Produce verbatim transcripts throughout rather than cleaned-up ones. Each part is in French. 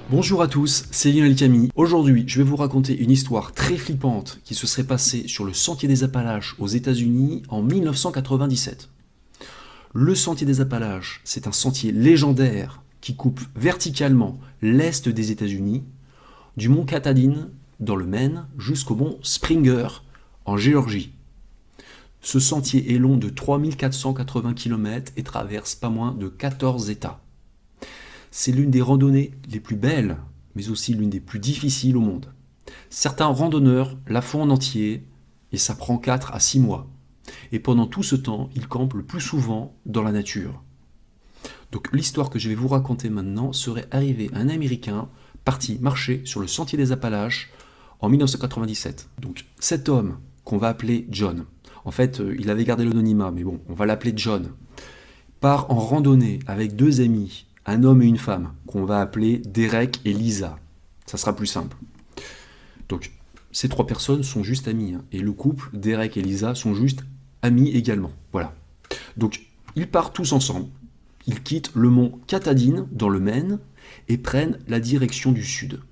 Bonjour à tous, c'est Lionel Camille. Aujourd'hui, je vais vous raconter une histoire très flippante qui se serait passée sur le Sentier des Appalaches aux États-Unis en mille neuf cent quatre-vingt-dix-sept. Le Sentier des Appalaches, c'est un sentier légendaire qui coupe verticalement l'est des États-Unis, du mont Katahdin dans le Maine jusqu'au mont Springer en Géorgie. Ce sentier est long de trois mille quatre cent quatre-vingts kilomètres et traverse pas moins de quatorze États. C'est l'une des randonnées les plus belles, mais aussi l'une des plus difficiles au monde. Certains randonneurs la font en entier, et ça prend quatre à six mois. Et pendant tout ce temps, ils campent le plus souvent dans la nature. Donc l'histoire que je vais vous raconter maintenant serait arrivée à un Américain parti marcher sur le Sentier des Appalaches en mille neuf cent quatre-vingt-dix-sept. Donc cet homme, qu'on va appeler John, en fait il avait gardé l'anonymat, mais bon, on va l'appeler John, part en randonnée avec deux amis, un homme et une femme, qu'on va appeler Derek et Lisa. Ça sera plus simple. Donc, ces trois personnes sont juste amies. Hein, et le couple, Derek et Lisa, sont juste amis également. Voilà. Donc, ils partent tous ensemble. Ils quittent le mont Katahdin, dans le Maine, et prennent la direction du sud.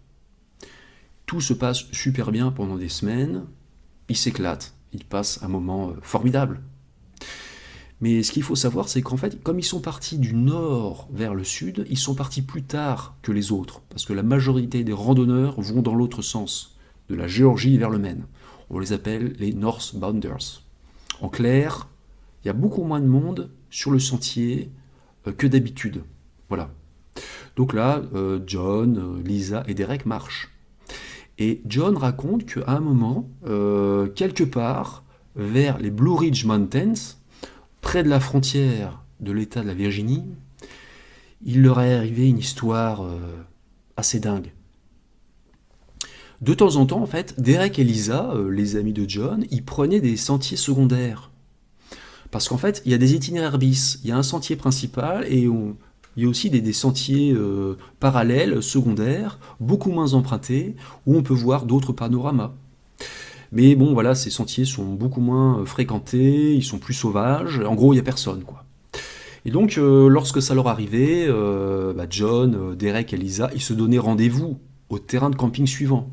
Tout se passe super bien pendant des semaines. Ils s'éclatent. Ils passent un moment formidable. Mais ce qu'il faut savoir, c'est qu'en fait, comme ils sont partis du nord vers le sud, ils sont partis plus tard que les autres, parce que la majorité des randonneurs vont dans l'autre sens, de la Géorgie vers le Maine. On les appelle les Northbounders. En clair, il y a beaucoup moins de monde sur le sentier euh, que d'habitude. Voilà. Donc là, euh, John, euh, Lisa et Derek marchent. Et John raconte qu'à un moment, euh, quelque part, vers les Blue Ridge Mountains, près de la frontière de l'État de la Virginie, il leur est arrivé une histoire euh, assez dingue. De temps en temps, en fait, Derek et Lisa, euh, les amis de John, ils prenaient des sentiers secondaires. Parce qu'en fait, il y a des itinéraires bis, il y a un sentier principal et on, il y a aussi des, des sentiers euh, parallèles, secondaires, beaucoup moins empruntés, où on peut voir d'autres panoramas. Mais bon, voilà, ces sentiers sont beaucoup moins fréquentés, ils sont plus sauvages, en gros, il n'y a personne, quoi. Et donc, euh, lorsque ça leur arrivait, euh, bah John, euh, Derek et Lisa, ils se donnaient rendez-vous au terrain de camping suivant,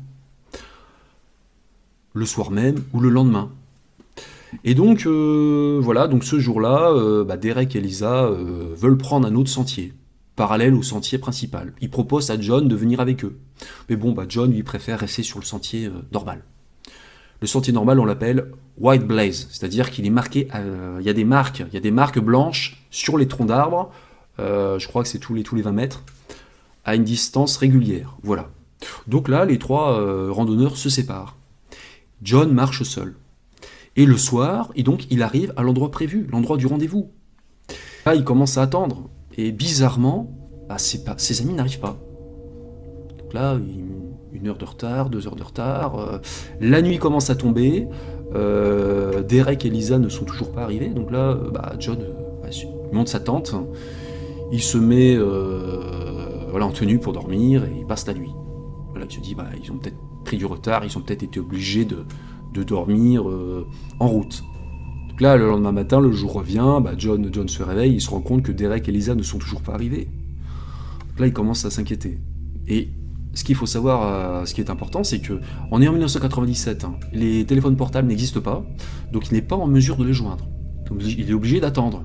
le soir même ou le lendemain. Et donc, euh, voilà, donc ce jour-là, euh, bah Derek et Lisa euh, veulent prendre un autre sentier, parallèle au sentier principal. Ils proposent à John de venir avec eux. Mais bon, bah John, lui, préfère rester sur le sentier euh, normal. Le sentier normal, on l'appelle White Blaze, c'est-à-dire qu'il est marqué, euh, il y a des marques, il y a des marques blanches sur les troncs d'arbres, euh, je crois que c'est tous les, tous les vingt mètres, à une distance régulière, voilà. Donc là, les trois euh, randonneurs se séparent. John marche seul. Et le soir, et donc, il arrive à l'endroit prévu, l'endroit du rendez-vous. Là, il commence à attendre, et bizarrement, bah, ses, pas, ses amis n'arrivent pas. Donc là, il... une heure de retard, deux heures de retard, euh, la nuit commence à tomber, euh, Derek et Lisa ne sont toujours pas arrivés, donc là, euh, bah, John euh, bah, il monte sa tente, il se met euh, voilà, en tenue pour dormir et il passe la nuit. Voilà, il se dit, bah, ils ont peut-être pris du retard, ils ont peut-être été obligés de, de dormir euh, en route. Donc là, le lendemain matin, le jour revient, bah, John, John se réveille, il se rend compte que Derek et Lisa ne sont toujours pas arrivés. Donc là, il commence à s'inquiéter. Et ce qu'il faut savoir, euh, ce qui est important, c'est que on est en mille neuf cent quatre-vingt-dix-sept, hein, les téléphones portables n'existent pas, donc il n'est pas en mesure de les joindre. Donc il est obligé d'attendre.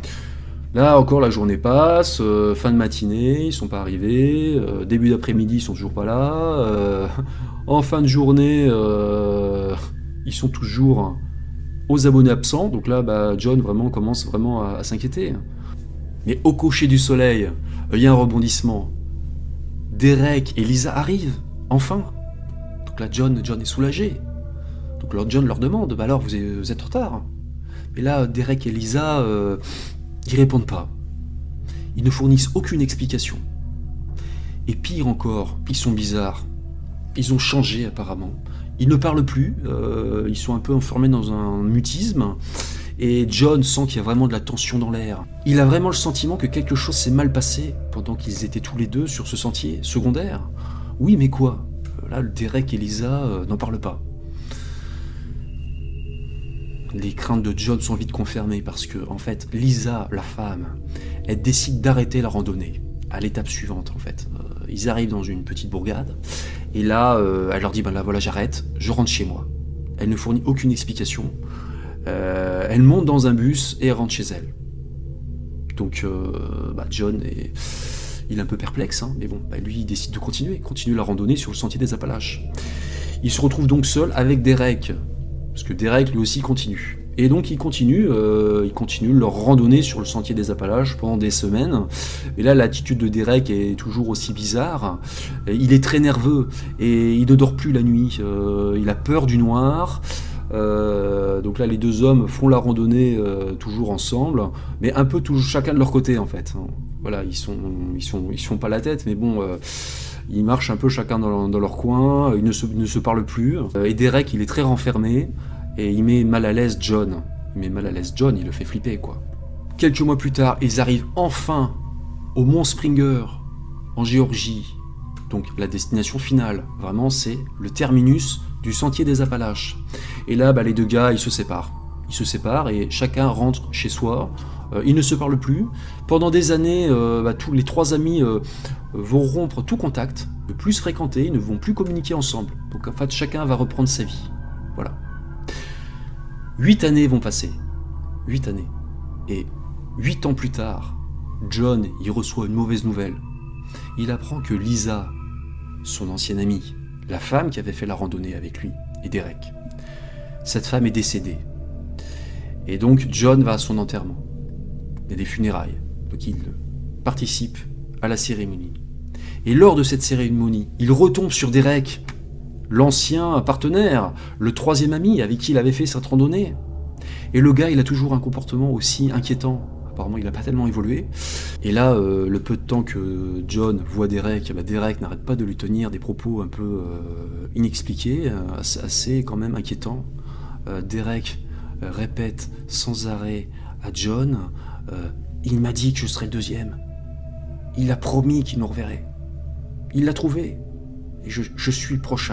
Là encore, la journée passe, euh, fin de matinée, ils sont pas arrivés, euh, début d'après-midi, ils sont toujours pas là, euh, en fin de journée, euh, ils sont toujours aux abonnés absents, donc là, bah, John vraiment commence vraiment à, à s'inquiéter. Mais au coucher du soleil, il euh, y a un rebondissement. Derek et Lisa arrivent, enfin. Donc là, John, John est soulagé. Donc là, John leur demande, bah alors, vous êtes, vous êtes en retard. Mais là, Derek et Lisa, euh, ils répondent pas. Ils ne fournissent aucune explication. Et pire encore, ils sont bizarres. Ils ont changé apparemment. Ils ne parlent plus, euh, ils sont un peu enfermés dans un mutisme. Et John sent qu'il y a vraiment de la tension dans l'air. Il a vraiment le sentiment que quelque chose s'est mal passé pendant qu'ils étaient tous les deux sur ce sentier secondaire. Oui, mais quoi ? Là, Derek et Lisa euh, n'en parlent pas. Les craintes de John sont vite confirmées parce que, en fait, Lisa, la femme, elle décide d'arrêter la randonnée. à l'étape suivante en fait. Euh, ils arrivent dans une petite bourgade, et là, euh, elle leur dit, ben là voilà, j'arrête, je rentre chez moi. Elle ne fournit aucune explication. Euh, elle monte dans un bus et elle rentre chez elle. Donc euh, bah John est, il est un peu perplexe, hein, mais bon, bah lui il décide de continuer, continue la randonnée sur le sentier des Appalaches. Il se retrouve donc seul avec Derek, parce que Derek lui aussi continue. Et donc ils continuent, euh, ils continuent leur randonnée sur le sentier des Appalaches pendant des semaines. Et là, l'attitude de Derek est toujours aussi bizarre. Il est très nerveux et il ne dort plus la nuit. Euh, il a peur du noir. Euh, donc là, les deux hommes font la randonnée euh, toujours ensemble, mais un peu toujours chacun de leur côté en fait. Voilà, ils sont, ils sont, ils se font pas la tête, mais bon. Euh, Ils marchent un peu chacun dans, dans leur coin, ils ne se, ne se parlent plus. Et Derek, il est très renfermé, et il met mal à l'aise John. Il met mal à l'aise John, il le fait flipper, quoi. Quelques mois plus tard, ils arrivent enfin au Mont Springer, en Géorgie. Donc la destination finale, vraiment, c'est le terminus du sentier des Appalaches. Et là, bah, les deux gars, ils se séparent. Ils se séparent et chacun rentre chez soi. Euh, ils ne se parlent plus. Pendant des années, euh, bah, tous les trois amis euh, vont rompre tout contact, ne plus se fréquenter, ils ne vont plus communiquer ensemble. Donc en fait, chacun va reprendre sa vie. Voilà. Huit années vont passer. Huit années. Et huit ans plus tard, John y reçoit une mauvaise nouvelle. Il apprend que Lisa, son ancienne amie, la femme qui avait fait la randonnée avec lui et Derek, cette femme est décédée. Et donc John va à son enterrement. Il y a des funérailles. Donc il participe à la cérémonie. Et lors de cette cérémonie, il retombe sur Derek, l'ancien partenaire, le troisième ami avec qui il avait fait cette randonnée. Et le gars, il a toujours un comportement aussi inquiétant. Apparemment, il n'a pas tellement évolué. Et là, euh, le peu de temps que John voit Derek, bah Derek n'arrête pas de lui tenir des propos un peu euh, inexpliqués, euh, assez, assez quand même inquiétants. Euh, Derek euh, répète sans arrêt à John euh, « Il m'a dit que je serais le deuxième. Il a promis qu'il nous reverrait. Il l'a trouvé. Et je, je suis le prochain. »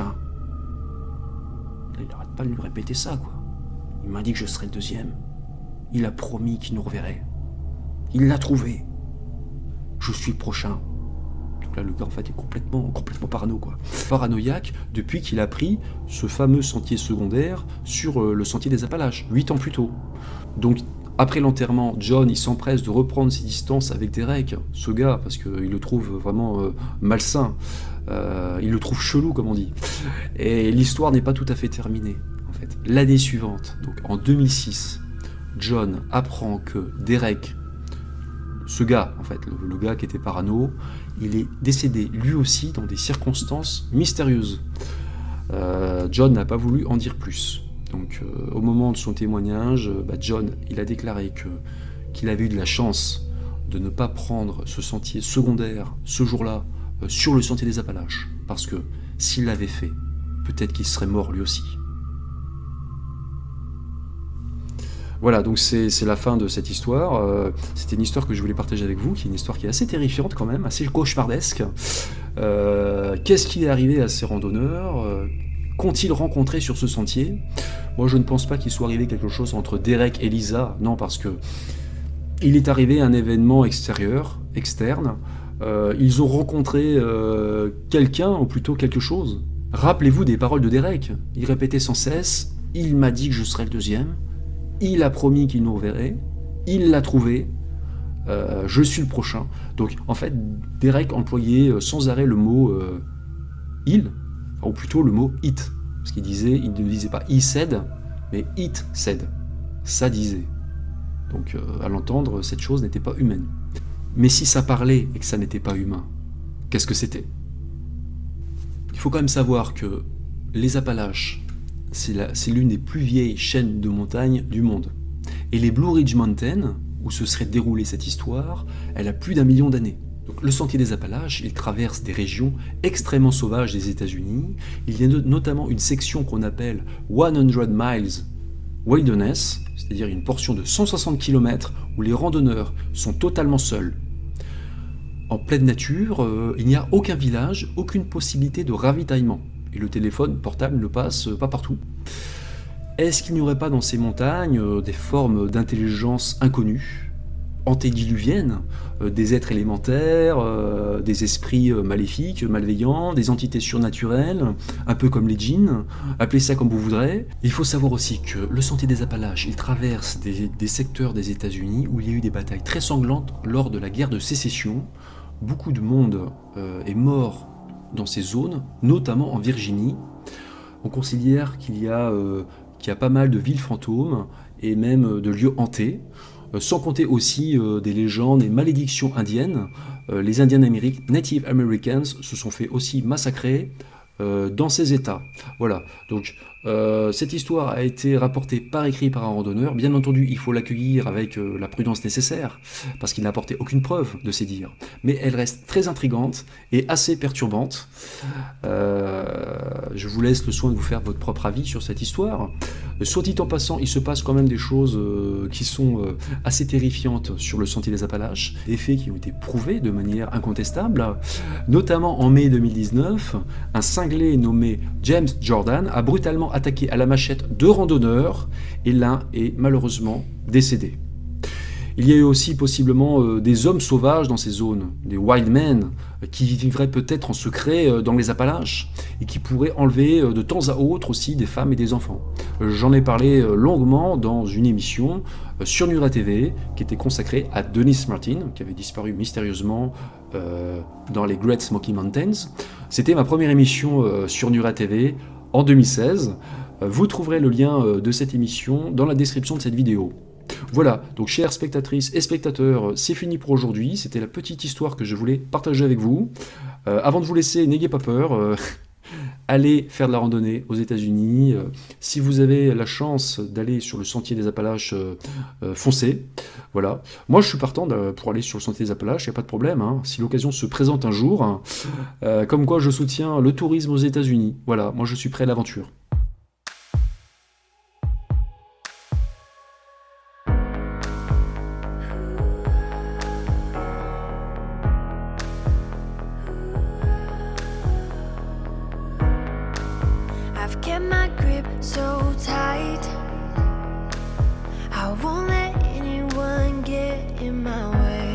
Il n'arrête pas de lui répéter ça, quoi. Il m'a dit que je serais le deuxième. Il a promis qu'il nous reverrait. Il l'a trouvé. Je suis le prochain. Donc là, le gars, en fait, est complètement, complètement parano, quoi. Paranoïaque depuis qu'il a pris ce fameux sentier secondaire sur euh, le sentier des Appalaches, huit ans plus tôt. Donc, après l'enterrement, John, il s'empresse de reprendre ses distances avec Derek, ce gars, parce qu'il le trouve vraiment euh, malsain. Euh, il le trouve chelou, comme on dit. Et l'histoire n'est pas tout à fait terminée, en fait. L'année suivante, donc en deux mille six, John apprend que Derek, ce gars, en fait, le, le gars qui était parano, il est décédé lui aussi dans des circonstances mystérieuses. Euh, John n'a pas voulu en dire plus. Donc, euh, au moment de son témoignage, bah, John, il a déclaré que, qu'il avait eu de la chance de ne pas prendre ce sentier secondaire ce jour-là euh, sur le sentier des Appalaches, parce que s'il l'avait fait, peut-être qu'il serait mort lui aussi. Voilà, donc c'est, c'est la fin de cette histoire. Euh, c'était une histoire que je voulais partager avec vous, qui est une histoire qui est assez terrifiante quand même, assez cauchemardesque. Euh, qu'est-ce qui est arrivé à ces randonneurs ? euh, Qu'ont-ils rencontré sur ce sentier ? Moi, je ne pense pas qu'il soit arrivé quelque chose entre Derek et Lisa. Non, parce que il est arrivé un événement extérieur, externe. Euh, ils ont rencontré euh, quelqu'un, ou plutôt quelque chose. Rappelez-vous des paroles de Derek. Il répétait sans cesse « Il m'a dit que je serais le deuxième. Il a promis qu'il nous reverrait. Il l'a trouvé. Euh, je suis le prochain. » Donc, en fait, Derek employait sans arrêt le mot euh, « il », ou plutôt le mot « it ». Parce qu'il disait, il ne disait pas « he said », mais « it said ». Ça disait. Donc, euh, à l'entendre, cette chose n'était pas humaine. Mais si ça parlait et que ça n'était pas humain, qu'est-ce que c'était ? Il faut quand même savoir que les Appalaches, c'est, la, c'est l'une des plus vieilles chaînes de montagnes du monde. Et les Blue Ridge Mountains, où se serait déroulée cette histoire, elle a plus d'un million d'années. Donc, le sentier des Appalaches, il traverse des régions extrêmement sauvages des États-Unis. Il y a notamment une section qu'on appelle cent miles Wilderness, c'est-à-dire une portion de cent soixante kilomètres où les randonneurs sont totalement seuls. En pleine nature, euh, il n'y a aucun village, aucune possibilité de ravitaillement. Et le téléphone portable ne passe pas partout. Est-ce qu'il n'y aurait pas dans ces montagnes euh, des formes d'intelligence inconnues ? antédiluvienne, euh, des êtres élémentaires, euh, des esprits euh, maléfiques, malveillants, des entités surnaturelles, un peu comme les djinns, appelez ça comme vous voudrez. Il faut savoir aussi que le sentier des Appalaches, il traverse des, des secteurs des États-Unis où il y a eu des batailles très sanglantes lors de la guerre de sécession. Beaucoup de monde euh, est mort dans ces zones, notamment en Virginie. On considère qu'il y a, euh, qu'il y a pas mal de villes fantômes et même de lieux hantés. Sans compter aussi euh, des légendes et malédictions indiennes. Euh, les Indiens d'Amérique, Native Americans, se sont fait aussi massacrer euh, dans ces États. Voilà, donc euh, cette histoire a été rapportée par écrit par un randonneur. Bien entendu, il faut l'accueillir avec euh, la prudence nécessaire, parce qu'il n'a apporté aucune preuve de ces dires. Mais elle reste très intrigante et assez perturbante. Euh, je vous laisse le soin de vous faire votre propre avis sur cette histoire. Soit dit en passant, il se passe quand même des choses euh, qui sont euh, assez terrifiantes sur le sentier des Appalaches, des faits qui ont été prouvés de manière incontestable. Notamment en mai deux mille dix-neuf, un cinglé nommé James Jordan a brutalement attaqué à la machette deux randonneurs et l'un est malheureusement décédé. Il y a eu aussi possiblement euh, des hommes sauvages dans ces zones, des wild men, euh, qui vivraient peut-être en secret euh, dans les Appalaches et qui pourraient enlever euh, de temps à autre aussi des femmes et des enfants. Euh, J'en ai parlé euh, longuement dans une émission euh, sur Nura T V qui était consacrée à Dennis Martin, qui avait disparu mystérieusement euh, dans les Great Smoky Mountains. C'était ma première émission euh, sur Nura T V en deux mille seize. Euh, vous trouverez le lien euh, de cette émission dans la description de cette vidéo. Voilà, donc chères spectatrices et spectateurs, c'est fini pour aujourd'hui, c'était la petite histoire que je voulais partager avec vous. Euh, avant de vous laisser, n'ayez pas peur, euh, allez faire de la randonnée aux États-Unis. Euh, si vous avez la chance d'aller sur le sentier des Appalaches, euh, euh, foncez. Voilà. Moi je suis partant de, pour aller sur le sentier des Appalaches, il n'y a pas de problème, hein, si l'occasion se présente un jour. Hein, euh, comme quoi je soutiens le tourisme aux États-Unis. Voilà, moi je suis prêt à l'aventure. I've kept my grip so tight, I won't let anyone get in my way.